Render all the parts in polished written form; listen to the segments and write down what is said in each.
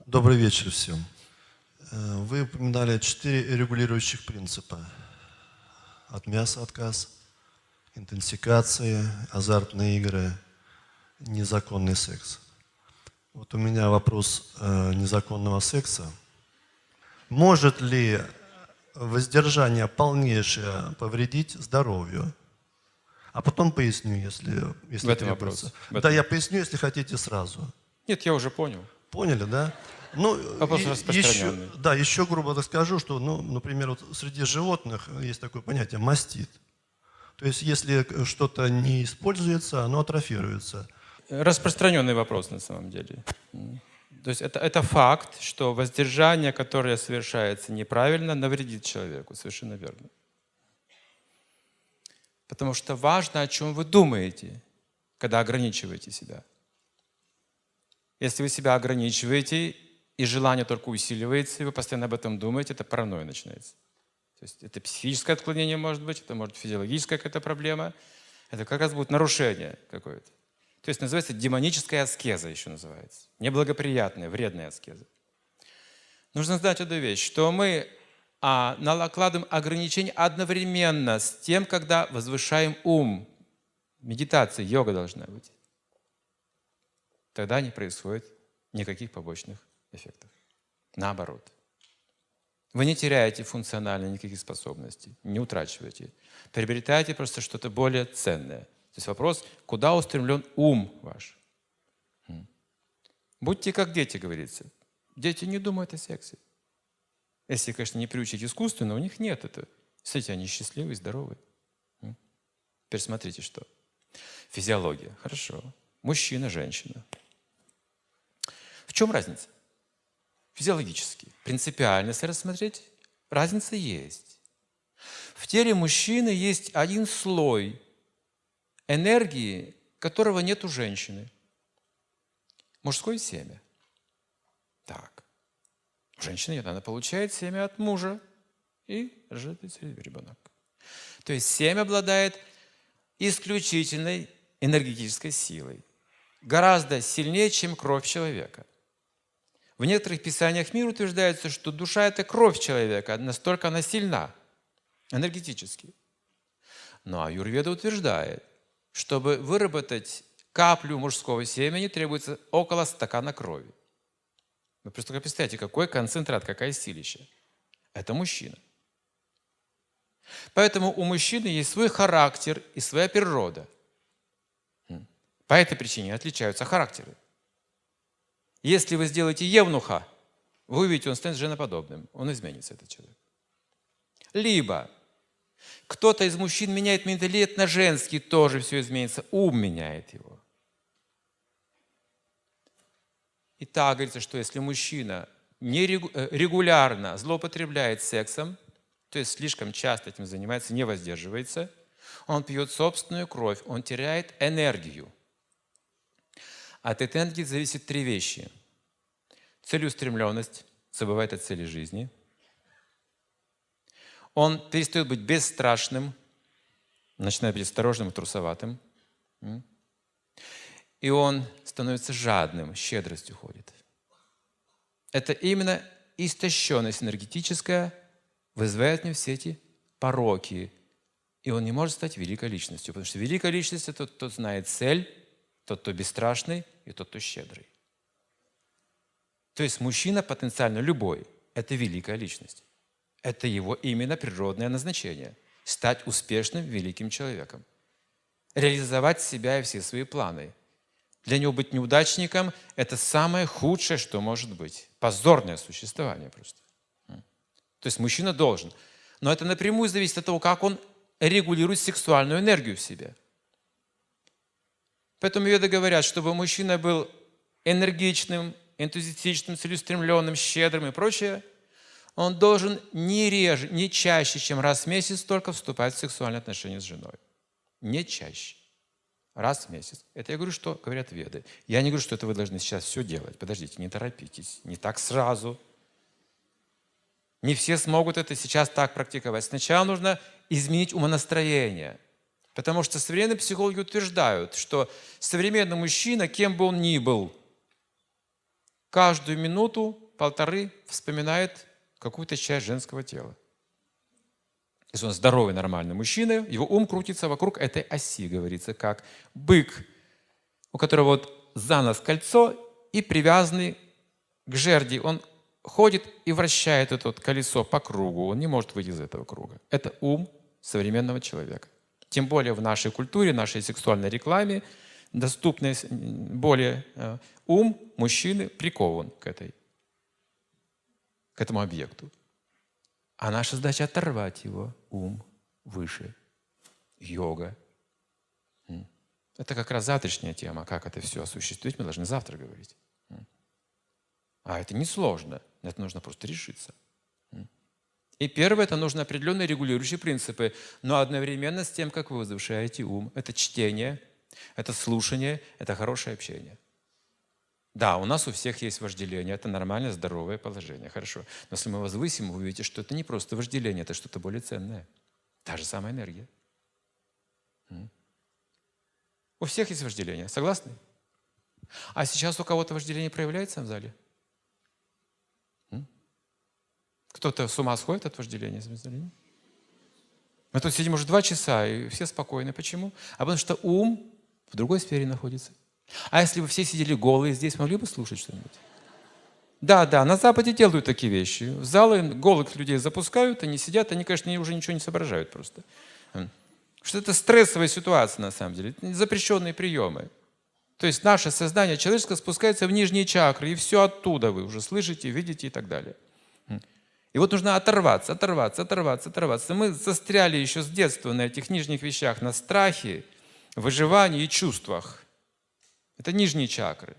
Добрый вечер всем. Вы упоминали 4 регулирующих принципа. От мяса отказ, интенсификации, азартные игры, незаконный секс. Вот у меня вопрос незаконного секса. Может ли воздержание полнейшее повредить здоровью? А потом поясню, если В этом требуется. вопрос. Да, я поясню, если хотите, сразу. Нет, я уже понял. Поняли, да? Ну, Вопрос еще, распространенный. да, еще грубо так скажу, что, ну, например, вот среди животных есть такое понятие мастит. То есть, если что-то не используется, оно атрофируется. Распространенный вопрос на самом деле. То есть это факт, что воздержание, которое совершается неправильно, навредит человеку. Совершенно верно. Потому что важно, о чем вы думаете, когда ограничиваете себя. Если вы себя ограничиваете, и желание только усиливается, и вы постоянно об этом думаете, это паранойя начинается. То есть это психическое отклонение может быть, это может физиологическая какая-то проблема, это как раз будет нарушение какое-то. То есть называется демоническая аскеза еще называется. Неблагоприятная, вредная аскеза. Нужно знать одну вещь, что мы накладываем ограничения одновременно с тем, когда возвышаем ум. Медитация, йога должна быть. Тогда не происходит никаких побочных эффектов. Наоборот. Вы не теряете функционально никаких способностей, не утрачиваете. Приобретаете просто что-то более ценное. То есть вопрос, куда устремлен ум ваш. Будьте как дети, говорится. Дети не думают о сексе. Если, конечно, не приучить искусственно, у них нет этого. Смотрите, они счастливые, здоровые. Теперь смотрите, что. Физиология. Хорошо. Мужчина, женщина. В чем разница? Физиологически. Принципиально, если рассмотреть, разница есть. В теле мужчины есть один слой энергии, которого нет у женщины. Мужское семя. Так. У женщины нет, она получает семя от мужа и рождается ребенок. То есть семя обладает исключительной энергетической силой. Гораздо сильнее, чем кровь человека. В некоторых писаниях мира утверждается, что душа – это кровь человека, настолько она сильна энергетически. Но аюрведа утверждает, чтобы выработать каплю мужского семени, требуется около стакана крови. Вы просто только представьте, какой концентрат, какая силища. Это мужчина. Поэтому у мужчины есть свой характер и своя природа. По этой причине отличаются характеры. Если вы сделаете евнуха, вы увидите, он станет женоподобным, он изменится, этот человек. Либо кто-то из мужчин меняет менталитет на женский, тоже все изменится, ум меняет его. И так говорится, что если мужчина регулярно злоупотребляет сексом, то есть слишком часто этим занимается, не воздерживается, он пьет собственную кровь, он теряет энергию. От этой энергии зависит 3 вещи. Целеустремленность, забывает о цели жизни. Он перестает быть бесстрашным, начинает быть осторожным и трусоватым. И он становится жадным, щедрость уходит. Это именно истощенность энергетическая вызывает в нем все эти пороки. И он не может стать великой личностью, потому что великая личность – это тот, кто знает цель, тот, кто бесстрашный, и тот, кто щедрый. То есть мужчина потенциально любой – это великая личность. Это его именно природное назначение – стать успешным, великим человеком. Реализовать себя и все свои планы. Для него быть неудачником – это самое худшее, что может быть. Позорное существование просто. То есть мужчина должен. Но это напрямую зависит от того, как он регулирует сексуальную энергию в себе. Поэтому веды говорят, чтобы мужчина был энергичным, энтузиастичным, целеустремленным, щедрым и прочее, он должен не чаще, чем раз в месяц только вступать в сексуальные отношения с женой. Не чаще. Раз в месяц. Это я говорю, что говорят веды. Я не говорю, что это вы должны сейчас все делать. Подождите, не торопитесь. Не так сразу. Не все смогут это сейчас так практиковать. Сначала нужно изменить умонастроение. Потому что современные психологи утверждают, что современный мужчина, кем бы он ни был, каждую минуту, полторы вспоминает какую-то часть женского тела. Если он здоровый, нормальный мужчина, его ум крутится вокруг этой оси, говорится, как бык, у которого вот за нос кольцо и привязанный к жерди. Он ходит и вращает это вот колесо по кругу. Он не может выйти из этого круга. Это ум современного человека. Тем более в нашей культуре, нашей сексуальной рекламе, доступный более ум мужчины прикован к этому объекту. А наша задача оторвать его ум выше. Йога. Это как раз завтрашняя тема. Как это все осуществить, мы должны завтра говорить. А это несложно. Это нужно просто решиться. И первое, это нужно определенные регулирующие принципы, но одновременно с тем, как вы возвышаете ум. Это чтение, это слушание, это хорошее общение. Да, у нас у всех есть вожделение, это нормальное, здоровое положение, хорошо. Но если мы возвысим, вы увидите, что это не просто вожделение, это что-то более ценное. Та же самая энергия. У всех есть вожделение, согласны? А сейчас у кого-то вожделение проявляется в зале? Кто-то с ума сходит от вожделения? Мы тут сидим уже 2 часа, и все спокойны. Почему? А потому что ум в другой сфере находится. А если бы все сидели голые здесь, могли бы слушать что-нибудь? Да, на Западе делают такие вещи. В залы голых людей запускают, они сидят, они, конечно, уже ничего не соображают просто. Что это стрессовая ситуация, на самом деле. Это запрещенные приемы. То есть наше сознание человеческое спускается в нижние чакры, и все оттуда вы уже слышите, видите и так далее. И вот нужно оторваться. Мы застряли еще с детства на этих нижних вещах, на страхе, выживании и чувствах. Это нижние чакры.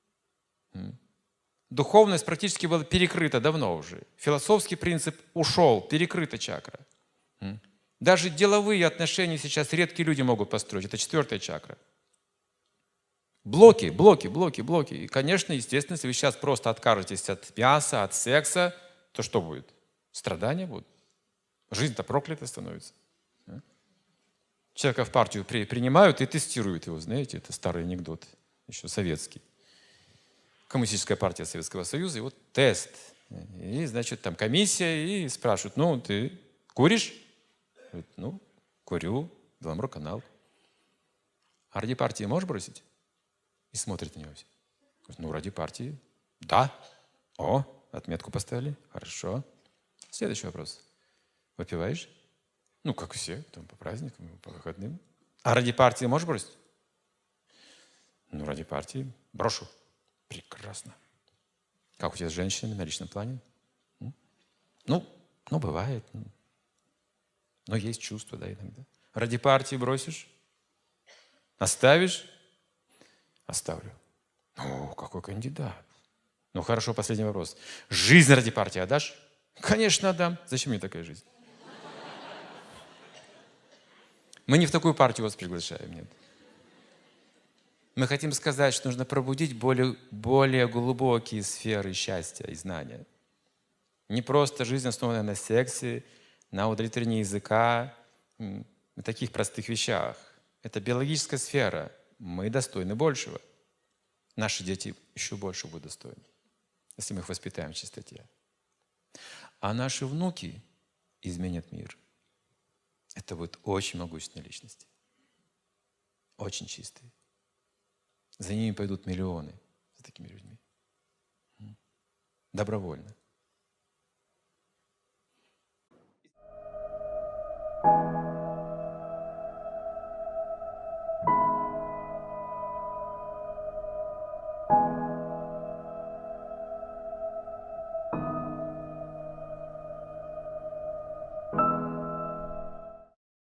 Духовность практически была перекрыта давно уже. Философский принцип ушел, перекрыта чакра. Даже деловые отношения сейчас редкие люди могут построить. Это 4-я чакра. Блоки. И, конечно, естественно, если вы сейчас просто откажетесь от мяса, от секса, то что будет? Страдания будут. Жизнь-то проклята становится. Человека в партию принимают и тестируют его. Знаете, это старый анекдот, еще советский. Коммунистическая партия Советского Союза, и вот тест. И, значит, там комиссия, и спрашивают, ну, ты куришь? Говорит, ну, курю, Беломор-канал. А ради партии можешь бросить? И смотрит на него все. Говорит, ну, ради партии. Да. О, отметку поставили. Хорошо. Следующий вопрос. Выпиваешь? Ну, как все, там, по праздникам, по выходным. А ради партии можешь бросить? Ну, ради партии брошу. Прекрасно. Как у тебя с женщинами на личном плане? Ну, бывает. Но есть чувства, да, иногда. Ради партии бросишь? Оставишь? Оставлю. О, какой кандидат. Ну, хорошо, последний вопрос. Жизнь ради партии отдашь? Конечно, отдам. Зачем мне такая жизнь? Мы не в такую партию вас приглашаем, нет. Мы хотим сказать, что нужно пробудить более глубокие сферы счастья и знания. Не просто жизнь, основанная на сексе, на удовлетворении языка, на таких простых вещах. Это биологическая сфера. Мы достойны большего. Наши дети еще больше будут достойны, если мы их воспитаем в чистоте. А наши внуки изменят мир. Это будут очень могущественные личности. Очень чистые. За ними пойдут миллионы, за такими людьми. Добровольно.